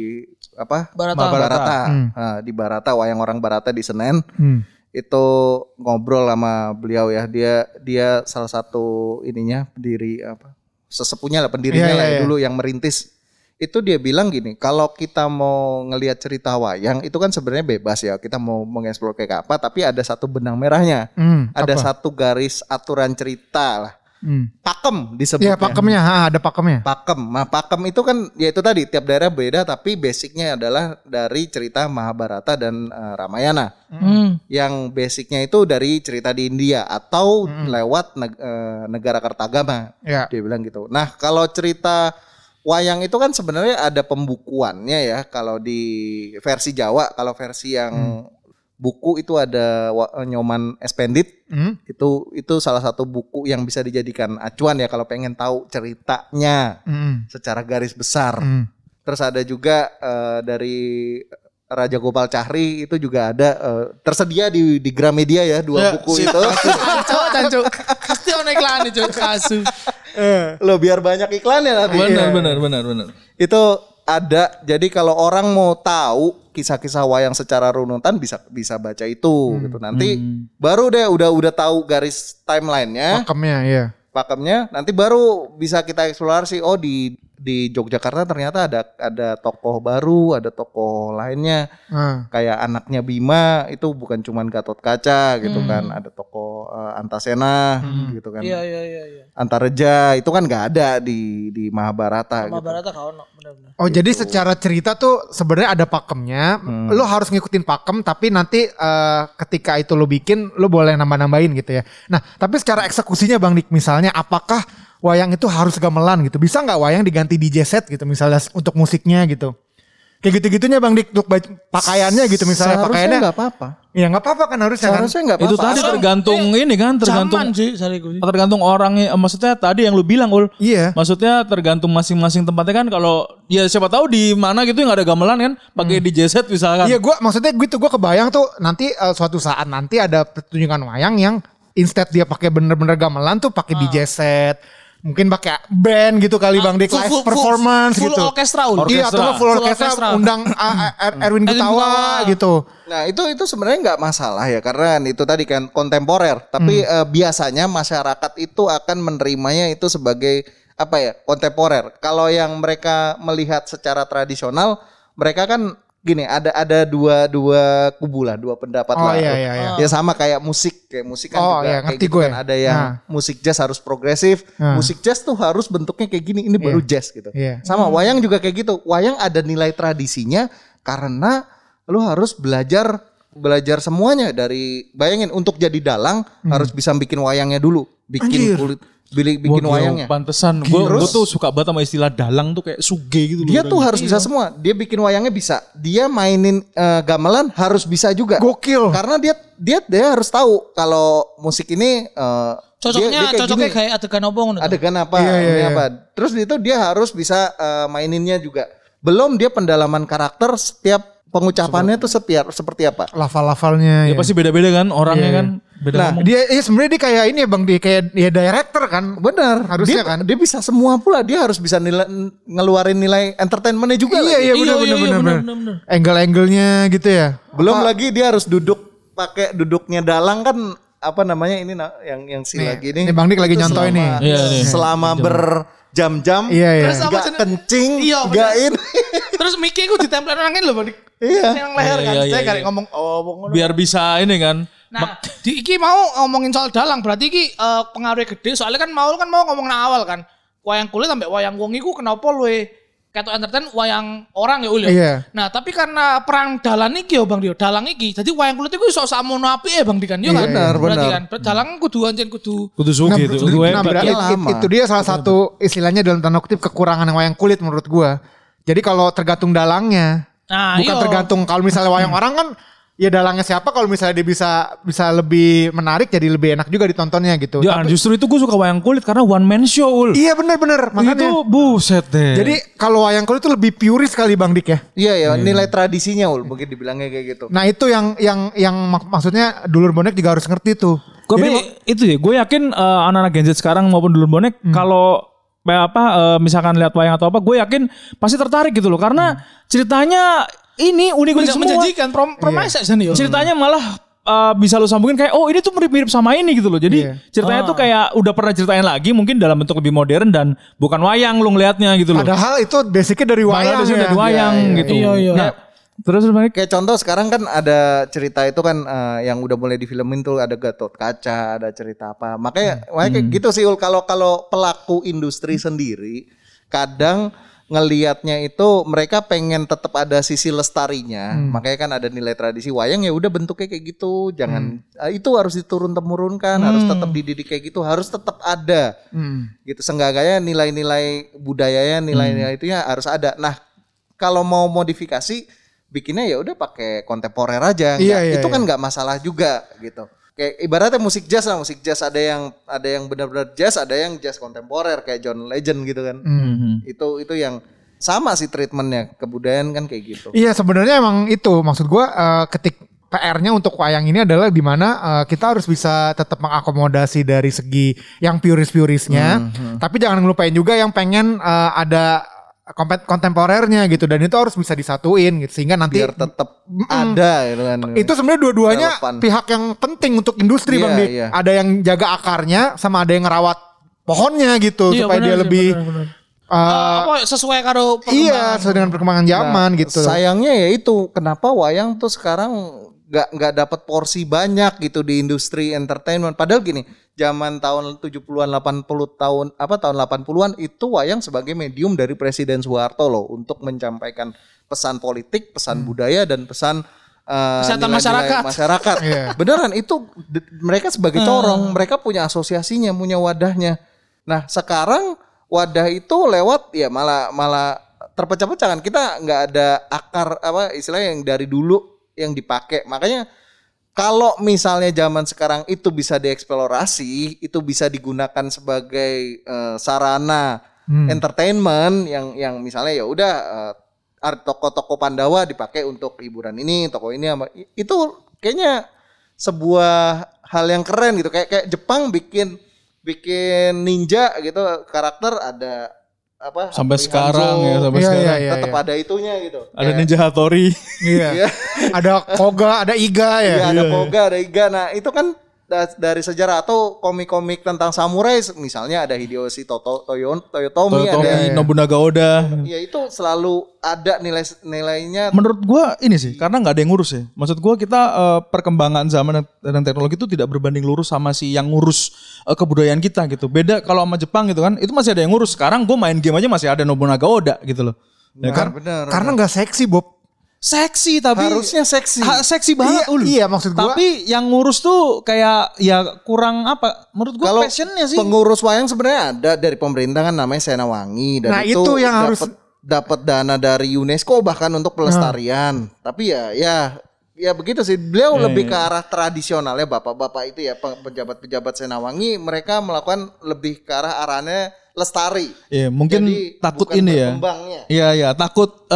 Barata. Nah, di Barata, wayang orang Barata di Senen. Itu ngobrol sama beliau ya. Dia salah satu pendiri sesepuhnya lah, pendirinya lah dulu yang merintis. Itu dia bilang gini, kalau kita mau ngelihat cerita wayang itu kan sebenarnya bebas ya. Kita mau mengeksplor kayak apa, tapi ada satu benang merahnya. Ada satu garis aturan cerita lah. Pakem disebutnya. Iya, pakemnya, ada pakemnya. Pakem. Nah, pakem itu kan ya itu tadi tiap daerah beda tapi basicnya adalah dari cerita Mahabharata dan Ramayana. Yang basicnya itu dari cerita di India atau lewat negara Kartagama. Ya. Dia bilang gitu. Nah, kalau cerita wayang itu kan sebenarnya ada pembukuannya ya. Kalau di versi Jawa, kalau versi yang buku itu ada Nyoman Espendit. Itu salah satu buku yang bisa dijadikan acuan ya kalau pengen tahu ceritanya secara garis besar. Terus ada juga dari Raja Gopal Chahri itu juga ada tersedia di Gramedia ya dua buku itu. Cancuk. Pasti ono iklan itu kasu. Lo biar banyak iklannya nanti. Benar. Itu ada. Jadi kalau orang mau tahu kisah-kisah wayang secara runutan bisa baca itu gitu. Nanti baru deh udah tahu garis timelinenya. Pakemnya, iya. Pakemnya nanti baru bisa kita eksplorasi. Oh di Yogyakarta ternyata ada tokoh baru, ada tokoh lainnya. Kayak anaknya Bima itu bukan cuman Gatot Kaca gitu kan. Ada tokoh Antasena gitu kan. Iya. Antareja itu kan nggak ada di Mahabharata. Mahabharata kau no benar-benar. Oh, jadi secara cerita tuh sebenarnya ada pakemnya. Lo harus ngikutin pakem, tapi nanti ketika itu lo bikin, lo boleh nambah-nambahin gitu ya. Nah, tapi secara eksekusinya Bang Dik, misalnya apakah wayang itu harus gamelan gitu? Bisa nggak wayang diganti DJ set gitu misalnya untuk musiknya gitu? Kayak gitu-gitunya Bang Dik, untuk pakaiannya gitu misalnya Seharusnya pakaiannya. nggak apa-apa. Ya nggak apa-apa kan harusnya kan. Seharusnya nggak apa-apa. Itu tadi tergantung ini kan, tergantung Zaman sih sariku. tergantung orangnya. Maksudnya tadi yang lu bilang Ul. Iya. Maksudnya tergantung masing-masing tempatnya kan. Kalau ya siapa tahu di mana gitu yang ada gamelan kan, pakai DJ set misalkan. Iya maksudnya gue kebayang tuh nanti suatu saat nanti ada pertunjukan wayang yang instead dia pakai bener-bener gamelan tuh pakai DJ set. Mungkin pakai band gitu kali Bang Dik, live performance full gitu. orkestra Ul. Iya atau nggak full orkestra undang Erwin Gutawa gitu. Nah itu sebenarnya nggak masalah ya karena itu tadi kan kontemporer. Tapi biasanya masyarakat itu akan menerimanya itu sebagai apa ya kontemporer. Kalau yang mereka melihat secara tradisional, mereka kan gini ada dua kubu lah, dua pendapat lah. Iya. Ya sama kayak musik kan juga iya, kayak ngerti gitu gue. kan ada yang musik jazz harus progresif, musik jazz tuh harus bentuknya kayak gini, ini baru jazz gitu. Iya. Sama wayang juga kayak gitu. Wayang ada nilai tradisinya karena lu harus belajar semuanya dari bayangin untuk jadi dalang harus bisa bikin wayangnya dulu, bikin kulit bikin wayangnya. Pantesan gue tuh suka banget sama istilah dalang tuh kayak suge gitu. Dia tuh harus bisa semua. Dia bikin wayangnya bisa. Dia mainin gamelan harus bisa juga. Gokil. Karena dia harus tahu kalau musik ini Cocoknya gini. kayak adegan apa ngono. Adegan apa, Iya. ini apa. Terus itu dia harus bisa maininnya juga. Belum dia pendalaman karakter setiap pengucapannya tuh seperti apa. Lafal-lafalnya. Ya pasti beda-beda kan orangnya kan. Beda Nah, ngomong. Dia sebenarnya dia kayak ini ya Bang, dia kayak ya director kan. Benar, Harusnya dia, kan. dia bisa semua pula. Dia harus bisa ngeluarin nilai entertainmentnya juga. Iya lagi. benar. Angle-angle-nya gitu ya. Belum lagi dia harus pakai duduknya dalang kan apa namanya ini yang si Nih, lagi ini. ini Bang Dik lagi Itu nyontoh ini. Iya, nih. Selama berjam-jam. Iya. Terus apa Gak jenis- kencing, Iya, gak ini. Terus Mickey ku ditempel orangin loh Bang Dik. Iya. Yang leher kan. Iya, Saya iya, kayak iya. ngomong ngono. Biar bisa ini kan. Nah, di iki mau ngomongin soal dalang, berarti iki pengaruhnya gede. Soalnya kan mau ngomong nang awal kan. Wayang kulit sampai wayang wong iku kenapa luwe ketok entertain wayang orang ya Ul ya. Iya. Nah, tapi karena perang dalan iki ya Bang Dio, dalang iki. Jadi wayang kulit iku iso samono apike Bang Dik kan. Yo kan. Benar, Berarti benar. kan dalang kudu anjen kudu Kudu suge itu. Kudu berarti hebat. lama. itu dia salah satu istilahnya dalam tanda kutip kekurangan wayang kulit menurut gua. Jadi kalau tergantung dalangnya, Nah, bukan iya. tergantung kalau misalnya wayang orang kan ya dalangnya siapa, kalau misalnya dia bisa lebih menarik jadi lebih enak juga ditontonnya gitu. Ya justru itu gue suka wayang kulit karena one man show Ul. Iya benar makanya. Itu buset deh. Jadi kalau wayang kulit itu lebih puris kali Bang Dik ya. Iya ya, nilai tradisinya Ul, mungkin dibilangnya kayak gitu. Nah itu yang maksudnya dulur bonek juga harus ngerti tuh. Tapi itu ya, gue yakin anak-anak Gen Z sekarang maupun dulur bonek kalau misalkan lihat wayang atau apa, gue yakin pasti tertarik gitu loh karena ceritanya ini unik-unik semua. menjanjikan promise aja nih yo. Ceritanya malah bisa lo sambungin kayak ini tuh mirip-mirip sama ini gitu loh. Jadi ceritanya tuh kayak udah pernah ceritain lagi mungkin dalam bentuk lebih modern dan bukan wayang lo ngelihatnya gitu loh. Padahal itu basicnya dari wayang. Padahal basicnya dari wayang gitu. Iya. Nah, terus Bang Dik? Kayak contoh sekarang kan ada cerita itu kan yang udah mulai difilmin tuh ada Gatot Kaca, ada cerita apa. Makanya kayak gitu sih Ul, kalau pelaku industri sendiri kadang ngelihatnya itu mereka pengen tetap ada sisi lestarinya. Makanya kan ada nilai tradisi wayang ya udah bentuknya kayak gitu. Jangan itu harus diturun temurunkan, harus tetap dididik kayak gitu, harus tetap ada. Gitu seenggaknya nilai-nilai budayanya, nilai-nilai itunya harus ada. Nah, kalau mau modifikasi bikinnya ya udah pakai kontemporer aja. Itu kan nggak masalah juga gitu. Kayak ibaratnya musik jazz ada yang benar-benar jazz, ada yang jazz kontemporer kayak John Legend gitu kan. Itu yang sama sih treatmentnya, kebudayaan kan kayak gitu. Iya sebenarnya emang itu maksud gua PR-nya untuk wayang ini adalah di mana kita harus bisa tetap mengakomodasi dari segi yang puris-purisnya, tapi jangan ngelupain juga yang pengen ada kontemporernya gitu, dan itu harus bisa disatuin gitu sehingga nanti Biar tetap ada gitu kan. itu sebenarnya dua-duanya Relevan. pihak yang penting untuk industri Bang Dik. Iya. Ada yang jaga akarnya sama ada yang ngerawat pohonnya gitu Iya, supaya benar dia sih, lebih benar. Apa sesuai karo iya sesuai dengan perkembangan zaman gitu. Sayangnya ya itu kenapa wayang tuh sekarang nggak dapat porsi banyak gitu di industri entertainment. Padahal gini, zaman tahun 70-an 80 tahun 80-an itu wayang sebagai medium dari Presiden Soeharto loh untuk menyampaikan pesan politik, pesan budaya dan pesan Kesehatan nilai-nilai masyarakat. masyarakat. Beneran itu mereka sebagai corong, mereka punya asosiasinya, punya wadahnya. Nah, sekarang wadah itu lewat ya malah terpecah-pecah kan. Kita nggak ada akar apa istilahnya yang dari dulu yang dipakai. Makanya kalau misalnya zaman sekarang itu bisa dieksplorasi, itu bisa digunakan sebagai sarana entertainment yang misalnya ya udah toko-toko Pandawa dipakai untuk hiburan ini, toko ini itu kayaknya sebuah hal yang keren gitu. Kayak Jepang bikin ninja gitu, karakter ada apa Sampai Hattori sekarang Hanzo, ya, sampai sekarang. tetap ada itunya gitu. Ada Ninja Hattori. Iya. Ada Koga, ada Iga ya. Iya, ada Koga, ada Iga. Nah, itu kan dari sejarah atau komik-komik tentang samurai misalnya ada Hideyoshi Toyotomi, ada Nobunaga Oda. ya itu selalu ada nilainya. Menurut gua ini sih karena nggak ada yang ngurus ya. Maksud gua kita perkembangan zaman dan teknologi itu tidak berbanding lurus sama si yang ngurus kebudayaan kita gitu. Beda kalau sama Jepang gitu kan, itu masih ada yang ngurus. Sekarang gua main game aja masih ada Nobunaga Oda gitu loh. Ya kan? Benar. Karena nggak seksi Bob. Seksi tapi Harusnya seksi. Seksi banget Iya maksud gua. Tapi yang ngurus tuh kayak ya kurang apa? Menurut gua Kalau passionnya sih. pengurus wayang sebenarnya ada dari pemerintah kan namanya Senawangi dan Nah, itu yang harus dapat dana dari UNESCO bahkan untuk pelestarian. Tapi ya begitu sih. Beliau lebih ke arah tradisionalnya bapak-bapak itu ya pejabat-pejabat Senawangi mereka melakukan lebih ke arah arahnya lestari. Iya, mungkin Jadi takut bukan ini ya. berkembangnya. Iya, takut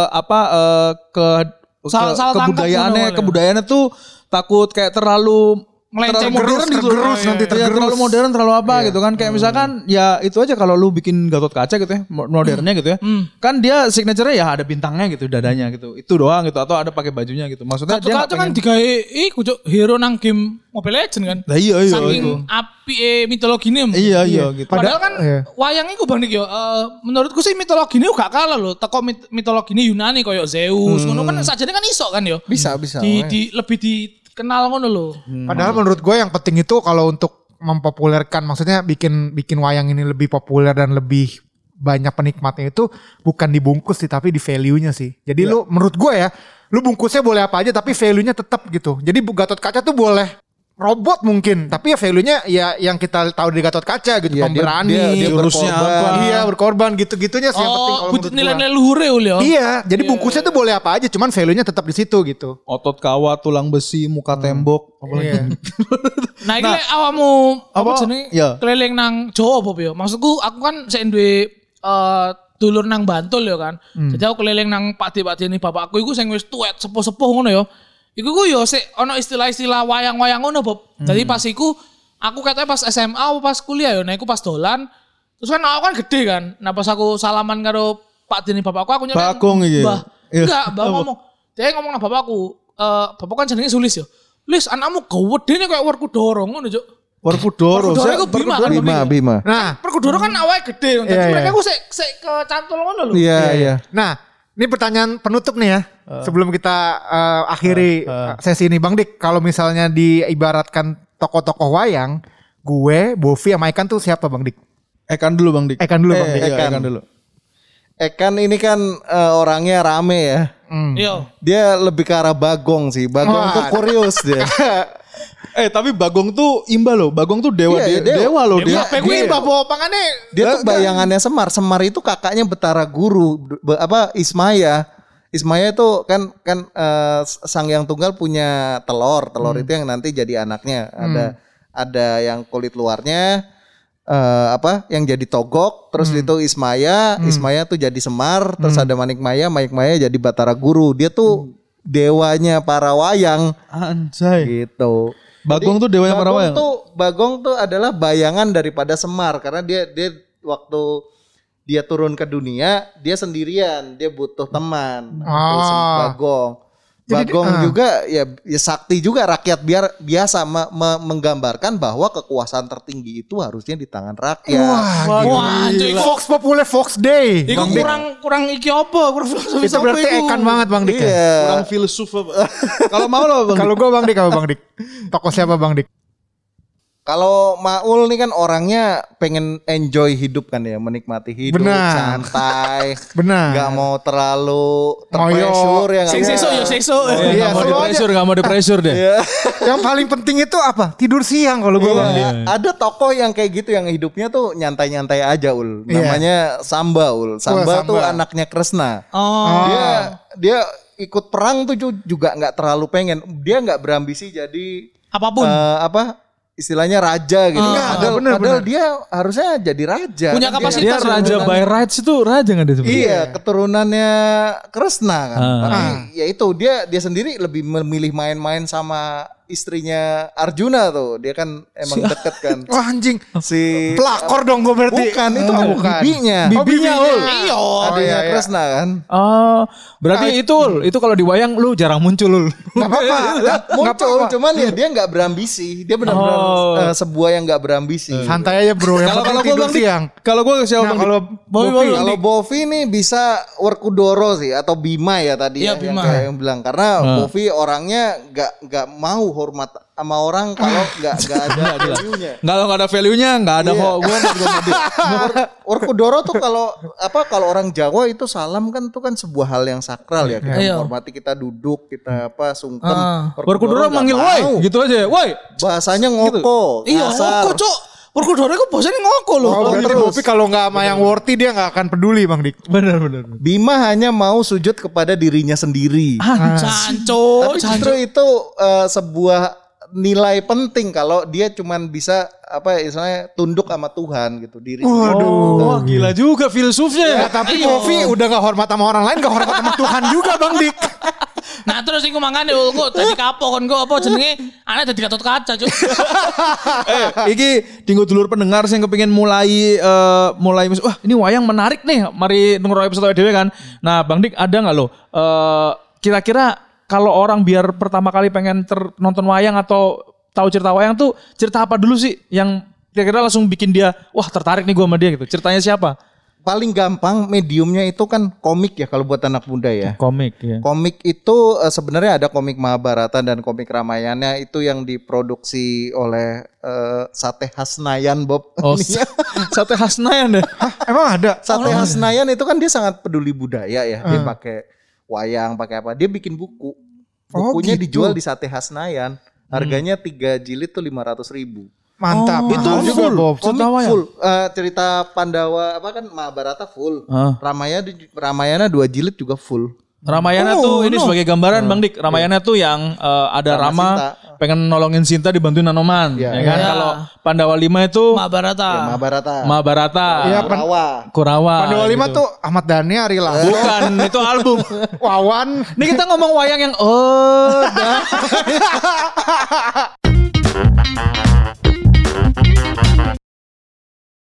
Salah tangkap kebudayaannya tuh takut kayak terlalu Melenceng, modern gitu loh. tergerus, nanti Iya, tergerus. terlalu modern, terlalu apa gitu kan. Kayak misalkan ya itu aja kalau lu bikin Gatot Kaca gitu ya, modernnya gitu ya. Kan dia signature-nya ya ada bintangnya gitu, dadanya gitu. Itu doang gitu atau ada pakai bajunya gitu. Maksudnya Gatot dia nggak Kaca kan pengen- digawe Cuk hero nang game Mobile Legend kan. Lah iya Saking itu. api mitologi ini. Iya gitu. Padahal kan iya. wayang iku Bang Dik yo menurutku sih mitologi ini gak kalah loh. Teko mitologi ini Yunani koyo Zeus ngono kan sajane kan iso kan yo. Bisa. Lebih dikenal ngono loh. Padahal menurut gue yang penting itu kalau untuk mempopulerkan, maksudnya bikin wayang ini lebih populer dan lebih banyak penikmatnya itu bukan dibungkus sih tapi di value-nya sih. Jadi lu menurut gue ya, lu bungkusnya boleh apa aja tapi value-nya tetap gitu. Jadi Gatot Kaca tuh boleh robot mungkin, tapi ya value-nya ya yang kita tahu dari Gatot Kaca gitu, Iya, pemberani, dia jurusnya berkorban. apa. Iya berkorban gitu-gitunya sih yang penting kalau menurut nilai-nilai gua. luhure ul yo. Iya, jadi bungkusnya tuh boleh apa aja, cuman value-nya tetap di situ gitu. Otot kawat, tulang besi, muka tembok, apalagi. Iya. Nah, iki lek awakmu apa jenenge Iya. keliling nang Jawa apa yo? Maksudku aku kan sik duwe dulur nang Bantul yo kan. Jadi aku keliling nang Pak Dene bapakku iku sing wis tuwek sepuh-sepuh ngono yo. Iku ku yo sik ono istilah-istilah wayang-wayang ngono, Bob. Jadi pas iku aku katanya pas SMA apa pas kuliah yo, nah iku pas dolan. Terus kan aku kan gede kan. Nah pas aku salaman karo Pak Dene bapakku aku nyoba. Bagong iki. Mbah. Iya. Enggak, Mbah ngomong. Dia ngomong nang bapakku, bapak kan jenenge Sulis yo. Lis, anakmu gawedene kayak Werkudara ngono, Cuk. Werkudara. Werkudara iku Bima kan. Bima. Nah, Werkudara kan awake gede. Jadi Iya, mereka iya. ku sik kecantol ngono lho. Iya. nah ini pertanyaan penutup nih ya. Sebelum kita akhiri sesi ini Bang Dik. Kalau misalnya diibaratkan tokoh-tokoh wayang, gue, Bovi sama Ekan tuh siapa Bang Dik? Ekan dulu Bang Dik. Ekan dulu, Bang Dik. Iya, Ekan dulu. Ekan ini kan orangnya rame ya. Iya. Dia lebih ke arah Bagong sih. Bagong tuh kurius dia. Tapi Bagong tuh imba loh. Bagong tuh dewa Iya, dewa loh dia. Apa gue bawa pangane Dia tuh bayangannya Semar. Semar itu kakaknya Betara Guru. Ismaya. Ismaya itu kan sang yang tunggal punya telur. Telur itu yang nanti jadi anaknya. Ada yang kulit luarnya yang jadi togok. Terus itu Ismaya. Ismaya tuh jadi Semar. Terus ada Manikmaya. Manikmaya jadi Batara Guru. Dia tuh dewanya para wayang Anjay. gitu. Bagong tuh dewanya para wayang. Bagong tuh adalah bayangan daripada Semar karena dia waktu dia turun ke dunia dia sendirian, dia butuh teman. Itu Bagong. Bagong juga ya sakti juga rakyat biasa menggambarkan bahwa kekuasaan tertinggi itu harusnya di tangan rakyat. Wah, cuy, Fox populer Fox Day. iku kurang iki apa? Kurang filosofis Itu berarti apa iku? Ekan banget Bang Dik ya. Iya. Kurang filsuf apa? Kalau mau loh Bang. Kalau gue Bang Dik apa Bang Dik? Tokoh siapa Bang Dik? Kalau Maul nih kan orangnya pengen enjoy hidup kan ya, menikmati hidup, Benar. santai, Benar. nggak mau terlalu Ngoyo. terpressure ya. Sing sesuk yo sesuk. Iya, Gak mau selalu di-pressure, gak mau di-pressure deh. Yang paling penting itu apa? Tidur siang kalau gue Iya, Bang. ada tokoh yang kayak gitu yang hidupnya tuh nyantai-nyantai aja Ul. Iya. Namanya Samba Ul. Samba Samba. tuh anaknya Kresna. Oh. Dia ikut perang tuh juga nggak terlalu pengen. Dia nggak berambisi jadi Apapun. istilahnya raja gitu. Ah, Padahal dia harusnya jadi raja. Punya Kan kapasitas. Dia Kita raja by rights itu raja gak dia sebenarnya? Iya, keturunannya Kresna kan. Tapi ya itu dia sendiri lebih memilih main-main sama istrinya Arjuna tuh. Dia kan emang deket kan. Wah anjing. Si Pelakor dong gue berarti. bukan itu bukan. bibinya. Bibinya, Ul. Iya. Adanya Kresna kan. Oh, berarti itu Ul. Itu kalau di wayang lu jarang muncul Ul. Gak apa-apa. Muncul cuman ya dia nggak berambisi. Dia benar-benar sebuah yang nggak berambisi. Santai aja bro. Yang penting tidur siang. Kalau gue siapa Nah Bang? kalau Bopi. Kalau Bovi nih bisa Werkudara sih atau Bima ya tadi Iya, ya, yang Bima. kayak yang bilang karena Bovi orangnya nggak mau hormat sama orang kalau nggak ada value-nya. Kalau nggak ada value-nya nggak ada kok. Gue Werkudara tuh kalau orang Jawa itu salam kan itu kan sebuah hal yang sakral ya. Kita Iya. menghormati, kita duduk, kita sungkem. Werkudara nggak manggil mau. woi gitu aja. Woi. Bahasanya ngoko, Iya, kasar. ngoko, Cuk. Werkudara iku bosnya ngoko loh. Oh, berarti terus. Bopi kalau nggak sama yang worthy dia nggak akan peduli Bang Dik. Benar. Bima hanya mau sujud kepada dirinya sendiri. Janco, Tapi justru itu sebuah nilai penting kalau dia cuman bisa istilahnya tunduk sama Tuhan gitu diri. Oh, gila juga filsufnya ya. Ya, tapi Bopi udah nggak hormat sama orang lain, nggak hormat sama Tuhan juga Bang Dik. Nah terus iku mangane kok dadi kapok kon kok apa jenenge aneh dadi Gatot Kaca, Cuk. Iki dinggo dulur pendengar sing kepengin mulai wah ini wayang menarik nih. Mari nunggu episode dhewe kan. Nah, Bang Dik ada enggak lo kira-kira kalau orang biar pertama kali pengen nonton wayang atau tahu cerita wayang tuh cerita apa dulu sih yang kira-kira langsung bikin dia wah tertarik nih gua sama dia gitu. Ceritanya siapa? Paling gampang mediumnya itu kan komik ya kalau buat anak muda ya. Komik ya. Komik itu sebenarnya ada komik Mahabharata dan komik Ramayana itu yang diproduksi oleh Sate Hasnayan Bob. Oh, Sate Hasnayan deh. Emang ada? Sate Hasnayan itu kan dia sangat peduli budaya ya. Dia pakai wayang, pakai apa? Dia bikin buku. Bukunya gitu. dijual di Sate Hasnayan. Harganya 3 jilid tuh 500.000. Mantap. Itu Mahal juga full, Bob. komik Cerita wayang? full. Cerita Pandawa apa kan Mahabharata full. Ramayana 2 jilid juga full. Ramayana tuh ini sebagai gambaran Bang Dik. Ramayana tuh yang ada Rama Sinta. pengen nolongin Sinta dibantuin Anoman, Iya. ya kan? Iya. Kalau Pandawa 5 itu Mahabharata. Ya, Mahabharata. Mahabharata, Iya, Kurawa. Kurawa. Pandawa 5 gitu. tuh Ahmad Dhani, Ari Lasso, Bukan, itu album. Wawan. Ini kita ngomong wayang yang